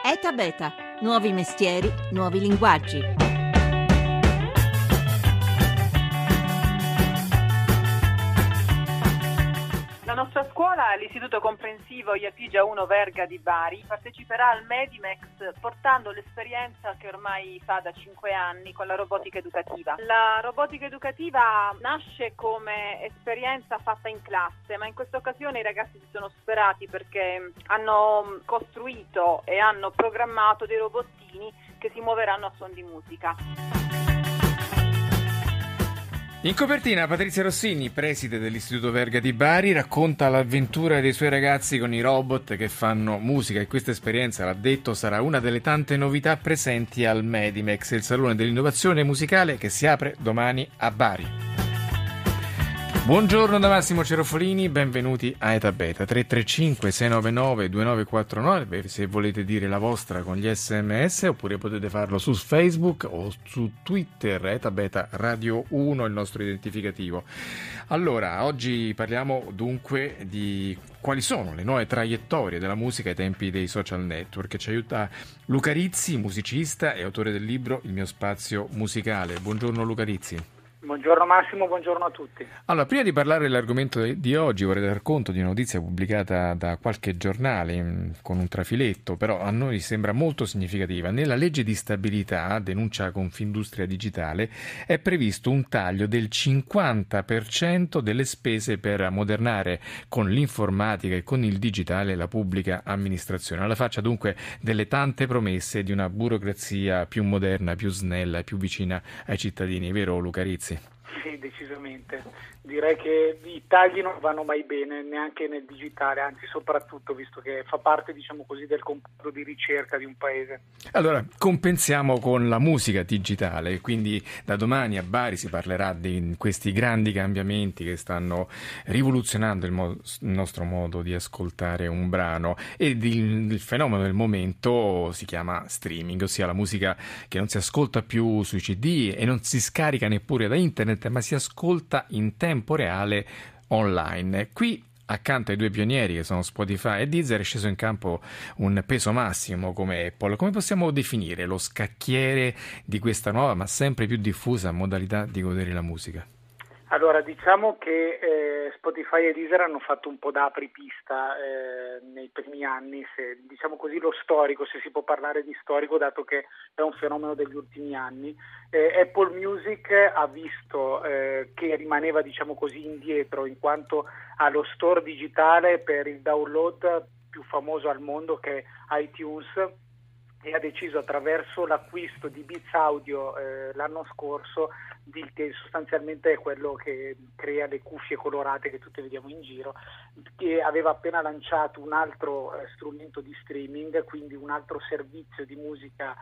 ETA Beta, nuovi mestieri, nuovi linguaggi. La nostra scuola, l'Istituto Comprensivo Iapigia 1 Verga di Bari, parteciperà al Medimex portando l'esperienza che ormai fa da 5 anni con la robotica educativa. La robotica educativa nasce come esperienza fatta in classe, ma in questa occasione i ragazzi si sono superati perché hanno costruito e hanno programmato dei robottini che si muoveranno a suon di musica. In copertina Patrizia Rossini, preside dell'Istituto Verga di Bari, racconta l'avventura dei suoi ragazzi con i robot che fanno musica e questa esperienza, l'ha detto, sarà una delle tante novità presenti al Medimex, il salone dell'innovazione musicale che si apre domani a Bari. Buongiorno da Massimo Cerofolini, benvenuti a ETA Beta 335 699 2949 se volete dire la vostra con gli sms, oppure potete farlo su Facebook o su Twitter, ETA Beta Radio 1 il nostro identificativo. Allora, oggi parliamo dunque di quali sono le nuove traiettorie della musica ai tempi dei social network. Ci aiuta Luca Rizzi, musicista e autore del libro Il mio spazio musicale. Buongiorno Luca Rizzi. Buongiorno Massimo, buongiorno a tutti. Allora, prima di parlare dell'argomento di oggi vorrei dar conto di una notizia pubblicata da qualche giornale con un trafiletto, però a noi sembra molto significativa. Nella legge di stabilità, denuncia Confindustria Digitale, è previsto un taglio del 50% delle spese per ammodernare con l'informatica e con il digitale la pubblica amministrazione. Alla faccia dunque delle tante promesse di una burocrazia più moderna, più snella e più vicina ai cittadini. Vero Luca Rizzi? Sì, decisamente. Direi che i tagli non vanno mai bene, neanche nel digitale, anzi soprattutto visto che fa parte, diciamo così, del comparto di ricerca di un paese. Allora, compensiamo con la musica digitale, quindi da domani a Bari si parlerà di questi grandi cambiamenti che stanno rivoluzionando il nostro modo di ascoltare un brano, e il fenomeno del momento si chiama streaming, ossia la musica che non si ascolta più sui CD e non si scarica neppure da internet, ma si ascolta in tempo reale online. Qui, accanto ai due pionieri che sono Spotify e Deezer, è sceso in campo un peso massimo come Apple. Come possiamo definire lo scacchiere di questa nuova ma sempre più diffusa modalità di godere la musica? Allora, diciamo che Spotify e Deezer hanno fatto un po' da apripista nei primi anni, se diciamo così lo storico, se si può parlare di storico, dato che è un fenomeno degli ultimi anni. Apple Music ha visto che rimaneva, diciamo così, indietro in quanto ha lo store digitale per il download più famoso al mondo, che è iTunes, e ha deciso, attraverso l'acquisto di Beats Audio l'anno scorso, che sostanzialmente è quello che crea le cuffie colorate che tutti vediamo in giro, che aveva appena lanciato un altro strumento di streaming, quindi un altro servizio di musica,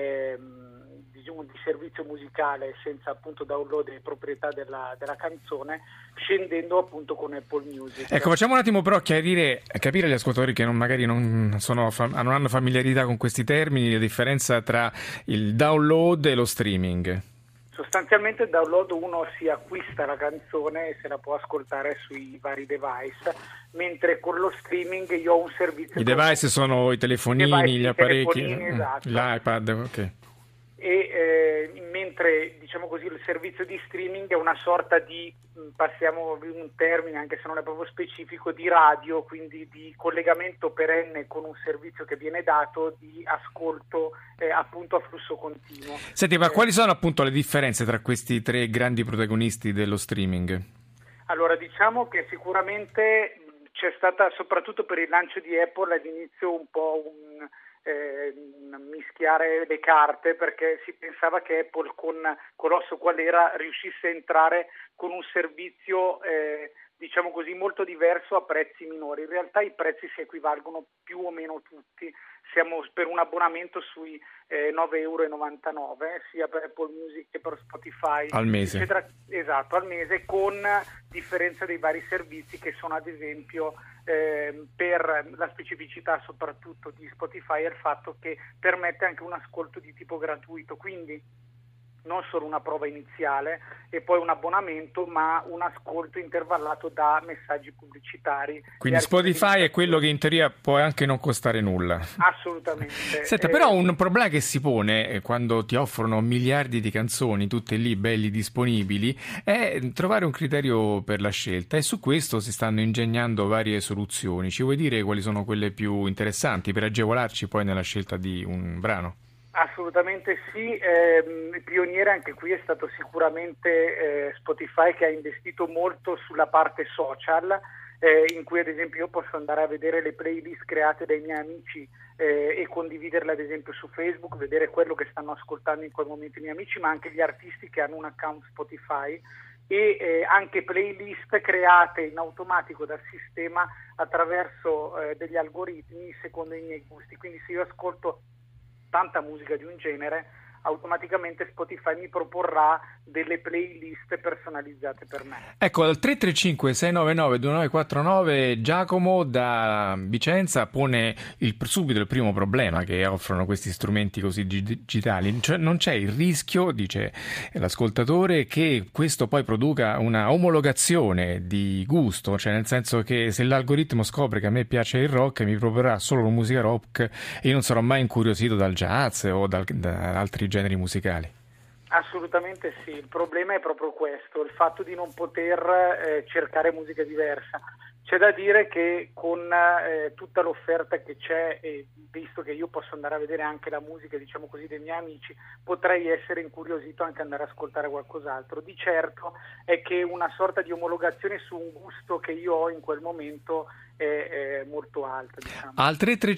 diciamo di servizio musicale senza appunto download e proprietà della canzone, scendendo appunto con Apple Music. Ecco, facciamo un attimo però capire agli ascoltatori che magari non hanno familiarità con questi termini, la differenza tra il download e lo streaming. Sostanzialmente il download, uno si acquista la canzone e se la può ascoltare sui vari device, mentre con lo streaming io ho un servizio... I device sono i telefonini, gli apparecchi, esatto. l'iPad, ok. E mentre, diciamo così, il servizio di streaming è una sorta di, passiamo un termine anche se non è proprio specifico, di radio, quindi di collegamento perenne con un servizio che viene dato di ascolto appunto a flusso continuo. Senti, ma quali sono appunto le differenze tra questi tre grandi protagonisti dello streaming? Allora, diciamo che sicuramente c'è stata, soprattutto per il lancio di Apple, all'inizio un po' un mischiare le carte, perché si pensava che Apple, con Colosso qual era, riuscisse a entrare con un servizio diciamo così molto diverso a prezzi minori. In realtà i prezzi si equivalgono più o meno tutti, siamo per un abbonamento sui 9,99 € sia per Apple Music che per Spotify al mese, eccetera. Esatto, al mese, con differenza dei vari servizi che sono, ad esempio, per la specificità soprattutto di Spotify è il fatto che permette anche un ascolto di tipo gratuito, quindi non solo una prova iniziale e poi un abbonamento, ma un ascolto intervallato da messaggi pubblicitari. Quindi Spotify è quello che in teoria può anche non costare nulla. Assolutamente. Senta, però un problema che si pone quando ti offrono miliardi di canzoni, tutte lì belli disponibili, è trovare un criterio per la scelta, e su questo si stanno ingegnando varie soluzioni. Ci vuoi dire quali sono quelle più interessanti per agevolarci poi nella scelta di un brano? Assolutamente sì, il pioniere anche qui è stato sicuramente Spotify, che ha investito molto sulla parte social, in cui ad esempio io posso andare a vedere le playlist create dai miei amici e condividerle ad esempio su Facebook, vedere quello che stanno ascoltando in quel momento i miei amici, ma anche gli artisti che hanno un account Spotify, e anche playlist create in automatico dal sistema attraverso degli algoritmi secondo i miei gusti. Quindi se io ascolto tanta musica di un genere, automaticamente Spotify mi proporrà delle playlist personalizzate per me. Ecco, al 335-699-2949 Giacomo da Vicenza pone subito il primo problema che offrono questi strumenti così digitali. Cioè, non c'è il rischio, dice l'ascoltatore, che questo poi produca una omologazione di gusto, cioè nel senso che se l'algoritmo scopre che a me piace il rock mi proporrà solo musica rock e io non sarò mai incuriosito dal jazz o da altri generi musicali. Assolutamente sì, il problema è proprio questo, il fatto di non poter cercare musica diversa. C'è da dire che con tutta l'offerta che c'è, e visto che io posso andare a vedere anche la musica, diciamo così, dei miei amici, potrei essere incuriosito anche andare ad ascoltare qualcos'altro. Di certo è che una sorta di omologazione su un gusto che io ho in quel momento è molto alta, diciamo. Al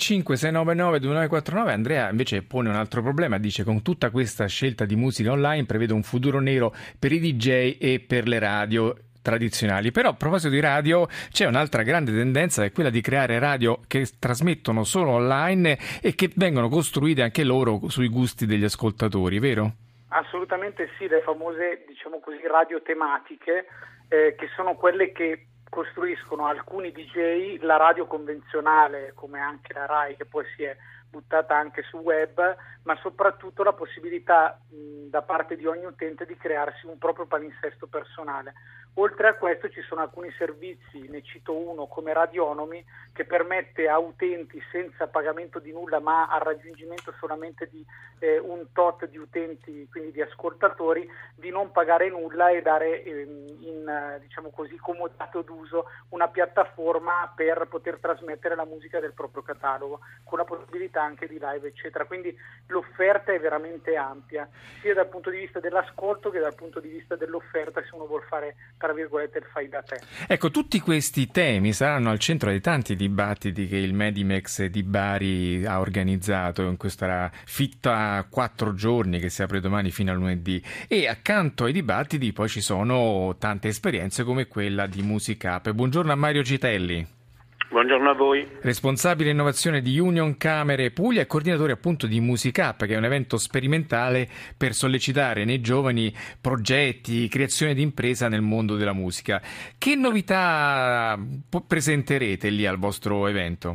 335-699-2949 Andrea invece pone un altro problema, dice: con tutta questa scelta di musica online prevede un futuro nero per i DJ e per le radio tradizionali. Però a proposito di radio c'è un'altra grande tendenza, è quella di creare radio che trasmettono solo online e che vengono costruite anche loro sui gusti degli ascoltatori, vero? Assolutamente sì, le famose, diciamo così, radio tematiche, che sono quelle che costruiscono alcuni DJ la radio convenzionale, come anche la Rai, che poi si è buttata anche sul web, ma soprattutto la possibilità da parte di ogni utente di crearsi un proprio palinsesto personale. Oltre a questo ci sono alcuni servizi, ne cito uno come Radionomy, che permette a utenti senza pagamento di nulla, ma al raggiungimento solamente di un tot di utenti, quindi di ascoltatori, di non pagare nulla e dare diciamo così, comodato d'uso una piattaforma per poter trasmettere la musica del proprio catalogo, con la possibilità anche di live eccetera. Quindi l'offerta è veramente ampia, sia dal punto di vista dell'ascolto che dal punto di vista dell'offerta, se uno vuol fare tra virgolette il fai da te. Ecco, tutti questi temi saranno al centro di tanti dibattiti che il Medimex di Bari ha organizzato in questa fitta 4 giorni che si apre domani fino al lunedì, e accanto ai dibattiti poi ci sono tante esperienze come quella di Music Up. Buongiorno a Mario Citelli. Buongiorno a voi. Responsabile innovazione di Union Camere Puglia e coordinatore appunto di Music Up, che è un evento sperimentale per sollecitare nei giovani progetti, creazione di impresa nel mondo della musica. Che novità presenterete lì al vostro evento?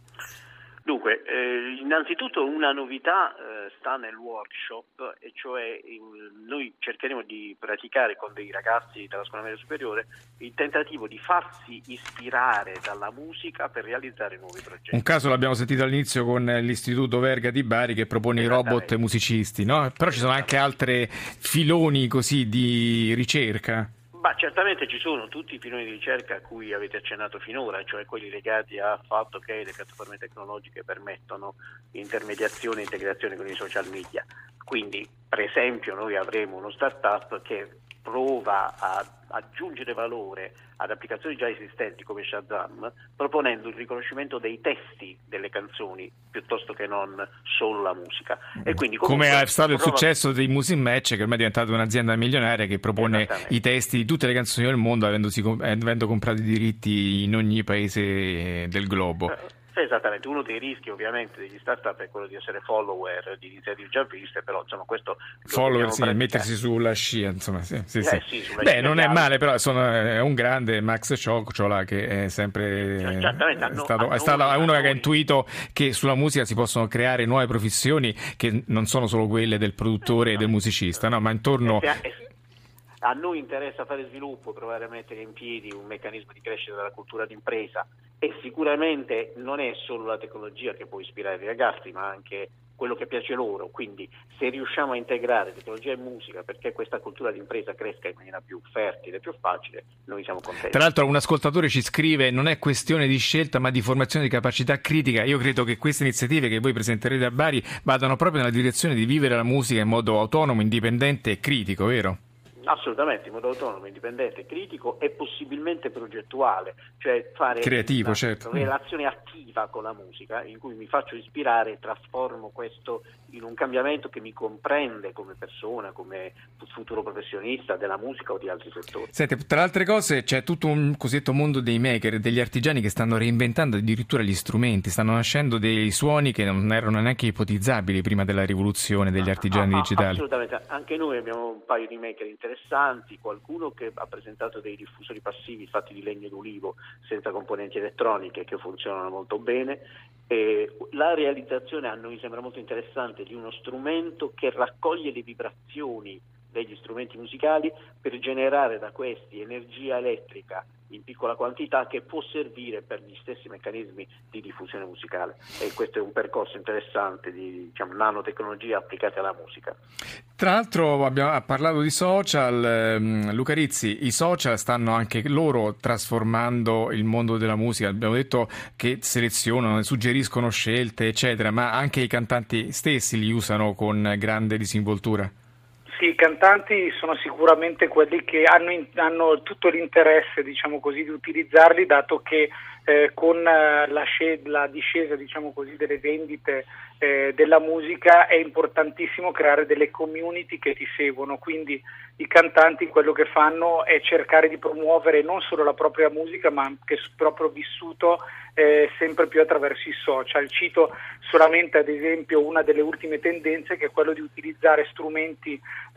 Dunque, innanzitutto una novità sta nel workshop, e cioè noi cercheremo di praticare con dei ragazzi della scuola media superiore il tentativo di farsi ispirare dalla musica per realizzare nuovi progetti. Un caso l'abbiamo sentito all'inizio con l'Istituto Verga di Bari che propone i robot musicisti, no? Però ci sono anche altri filoni così di ricerca. Ma certamente ci sono tutti i filoni di ricerca a cui avete accennato finora, cioè quelli legati al fatto che le piattaforme tecnologiche permettono intermediazione e integrazione con i social media. Quindi, per esempio, noi avremo uno startup che prova a aggiungere valore ad applicazioni già esistenti come Shazam, proponendo il riconoscimento dei testi delle canzoni piuttosto che non solo la musica. E quindi come è stato il successo dei Music Match, che ormai è diventata un'azienda milionaria che propone i testi di tutte le canzoni del mondo avendo comprato i diritti in ogni paese del globo. Esattamente, uno dei rischi ovviamente degli startup è quello di essere follower di iniziative già viste, però insomma questo follower, sì, mettersi sulla scia, insomma, sì. Sì, Beh, non è male, però è un grande Max Cicciola che è sempre è stato uno che ha intuito che sulla musica si possono creare nuove professioni che non sono solo quelle del produttore e del musicista, no, ma intorno... A noi interessa fare sviluppo, provare a mettere in piedi un meccanismo di crescita della cultura d'impresa, e sicuramente non è solo la tecnologia che può ispirare i ragazzi, ma anche quello che piace loro. Quindi se riusciamo a integrare tecnologia e musica perché questa cultura d'impresa cresca in maniera più fertile, più facile, noi siamo contenti. Tra l'altro un ascoltatore ci scrive: non è questione di scelta ma di formazione di capacità critica. Io credo che queste iniziative che voi presenterete a Bari vadano proprio nella direzione di vivere la musica in modo autonomo, indipendente e critico, vero? Assolutamente, in modo autonomo, indipendente, critico e possibilmente progettuale, cioè fare creativo, una certo. relazione attiva con la musica in cui mi faccio ispirare e trasformo questo in un cambiamento che mi comprende come persona, come futuro professionista della musica o di altri settori. Senti, tra le altre cose c'è tutto un cosiddetto mondo dei maker, degli artigiani che stanno reinventando addirittura gli strumenti, stanno nascendo dei suoni che non erano neanche ipotizzabili prima della rivoluzione degli artigiani digitali. Assolutamente, anche noi abbiamo un paio di maker interessanti, qualcuno che ha presentato dei diffusori passivi fatti di legno d'ulivo senza componenti elettroniche che funzionano molto bene. La realizzazione a noi sembra molto interessante di uno strumento che raccoglie le vibrazioni degli strumenti musicali per generare da questi energia elettrica in piccola quantità che può servire per gli stessi meccanismi di diffusione musicale, e questo è un percorso interessante di nanotecnologie applicate alla musica. Tra l'altro ha parlato di social, Luca Rizzi, i social stanno anche loro trasformando il mondo della musica. Abbiamo detto che selezionano, suggeriscono scelte eccetera, ma anche i cantanti stessi li usano con grande disinvoltura. Sì, i cantanti sono sicuramente quelli che hanno tutto l'interesse, diciamo così, di utilizzarli, dato che con la discesa, diciamo così, delle vendite della musica è importantissimo creare delle community che ti seguono. Quindi i cantanti quello che fanno è cercare di promuovere non solo la propria musica, ma anche il proprio vissuto sempre più attraverso i social. Cito solamente ad esempio una delle ultime tendenze, che è quello di utilizzare strumenti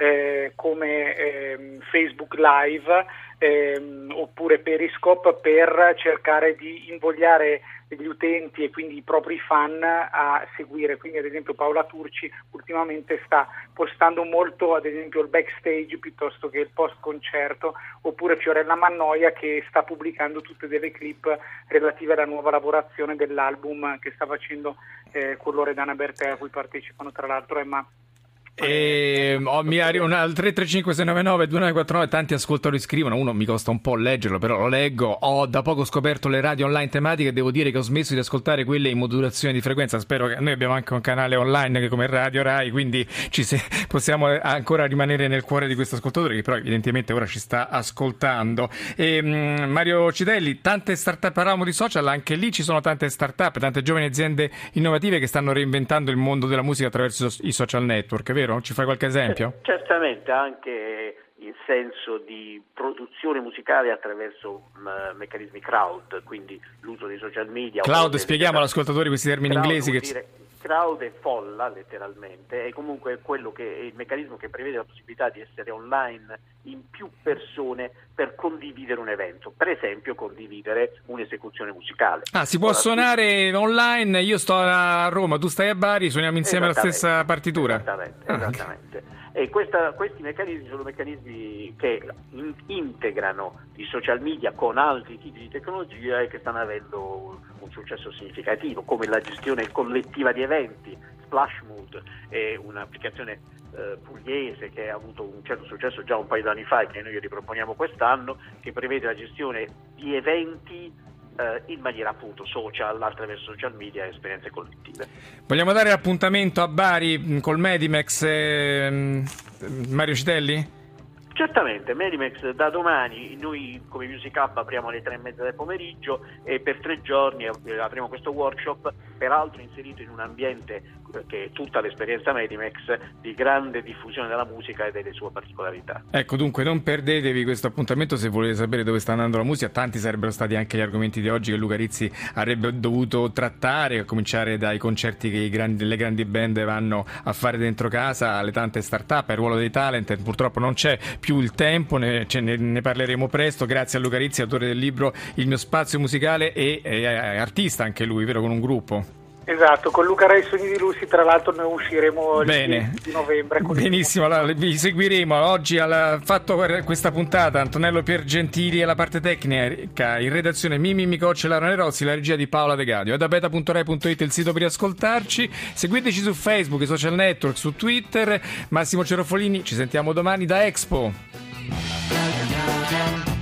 come Facebook Live oppure Periscope per cercare di invogliare gli utenti e quindi i propri fan a seguire. Quindi ad esempio Paola Turci ultimamente sta postando molto ad esempio il backstage piuttosto che il post concerto, oppure Fiorella Mannoia che sta pubblicando tutte delle clip relative alla nuova lavorazione dell'album che sta facendo con Loredana Bertè, a cui partecipano tra l'altro Emma. Mi arriva al 335-699-2949, tanti ascoltatori scrivono, uno mi costa un po' leggerlo, però lo leggo: ho da poco scoperto le radio online tematiche e devo dire che ho smesso di ascoltare quelle in modulazione di frequenza. Spero che noi abbiamo anche un canale online che come Radio Rai, quindi possiamo ancora rimanere nel cuore di questo ascoltatore che però evidentemente ora ci sta ascoltando. Mario Citelli, tante startup, parlavamo di social, anche lì ci sono tante startup, tante giovani aziende innovative che stanno reinventando il mondo della musica attraverso i social network, vero? Ci fai qualche esempio? Certamente, anche in senso di produzione musicale attraverso meccanismi crowd, quindi l'uso dei social media. Cloud, spieghiamo all'ascoltatori questi termini inglesi. Crowd è folla letteralmente, è comunque quello che è il meccanismo che prevede la possibilità di essere online in più persone per condividere un evento, per esempio condividere un'esecuzione musicale. Si può suonare online, io sto a Roma, tu stai a Bari, suoniamo insieme la stessa partitura. Esattamente. E questi meccanismi sono meccanismi che integrano i social media con altri tipi di tecnologia e che stanno avendo un successo significativo, come la gestione collettiva di eventi. Splashmood è un'applicazione pugliese che ha avuto un certo successo già un paio d'anni fa e che noi riproponiamo quest'anno, che prevede la gestione di eventi in maniera appunto social, attraverso social media e esperienze collettive. Vogliamo dare appuntamento a Bari col Medimex, Mario Citelli? Certamente, Medimex da domani, noi come Music Hub apriamo alle 3:30 del pomeriggio e per 3 giorni apriamo questo workshop, peraltro inserito in un ambiente che è tutta l'esperienza Medimex di grande diffusione della musica e delle sue particolarità. Ecco, dunque non perdetevi questo appuntamento se volete sapere dove sta andando la musica. Tanti sarebbero stati anche gli argomenti di oggi che Luca Rizzi avrebbe dovuto trattare, a cominciare dai concerti che le grandi band vanno a fare dentro casa, alle tante start-up, al ruolo dei talent. Purtroppo non c'è più il tempo, ne parleremo presto. Grazie a Luca Rizzi, autore del libro Il mio spazio musicale e artista anche lui, vero, con un gruppo. Esatto, con Luca Rai Sogni di Lucy, tra l'altro noi usciremo il 10 di novembre. Benissimo, allora vi seguiremo. Oggi ha fatto questa puntata Antonello Piergentili e la parte tecnica, in redazione Mimmi Micocci e Laura Nerozzi, la regia di Paola De Gadio. È da beta.rai.it il sito per ascoltarci, seguiteci su Facebook, i social network, su Twitter. Massimo Cerofolini, ci sentiamo domani da Expo.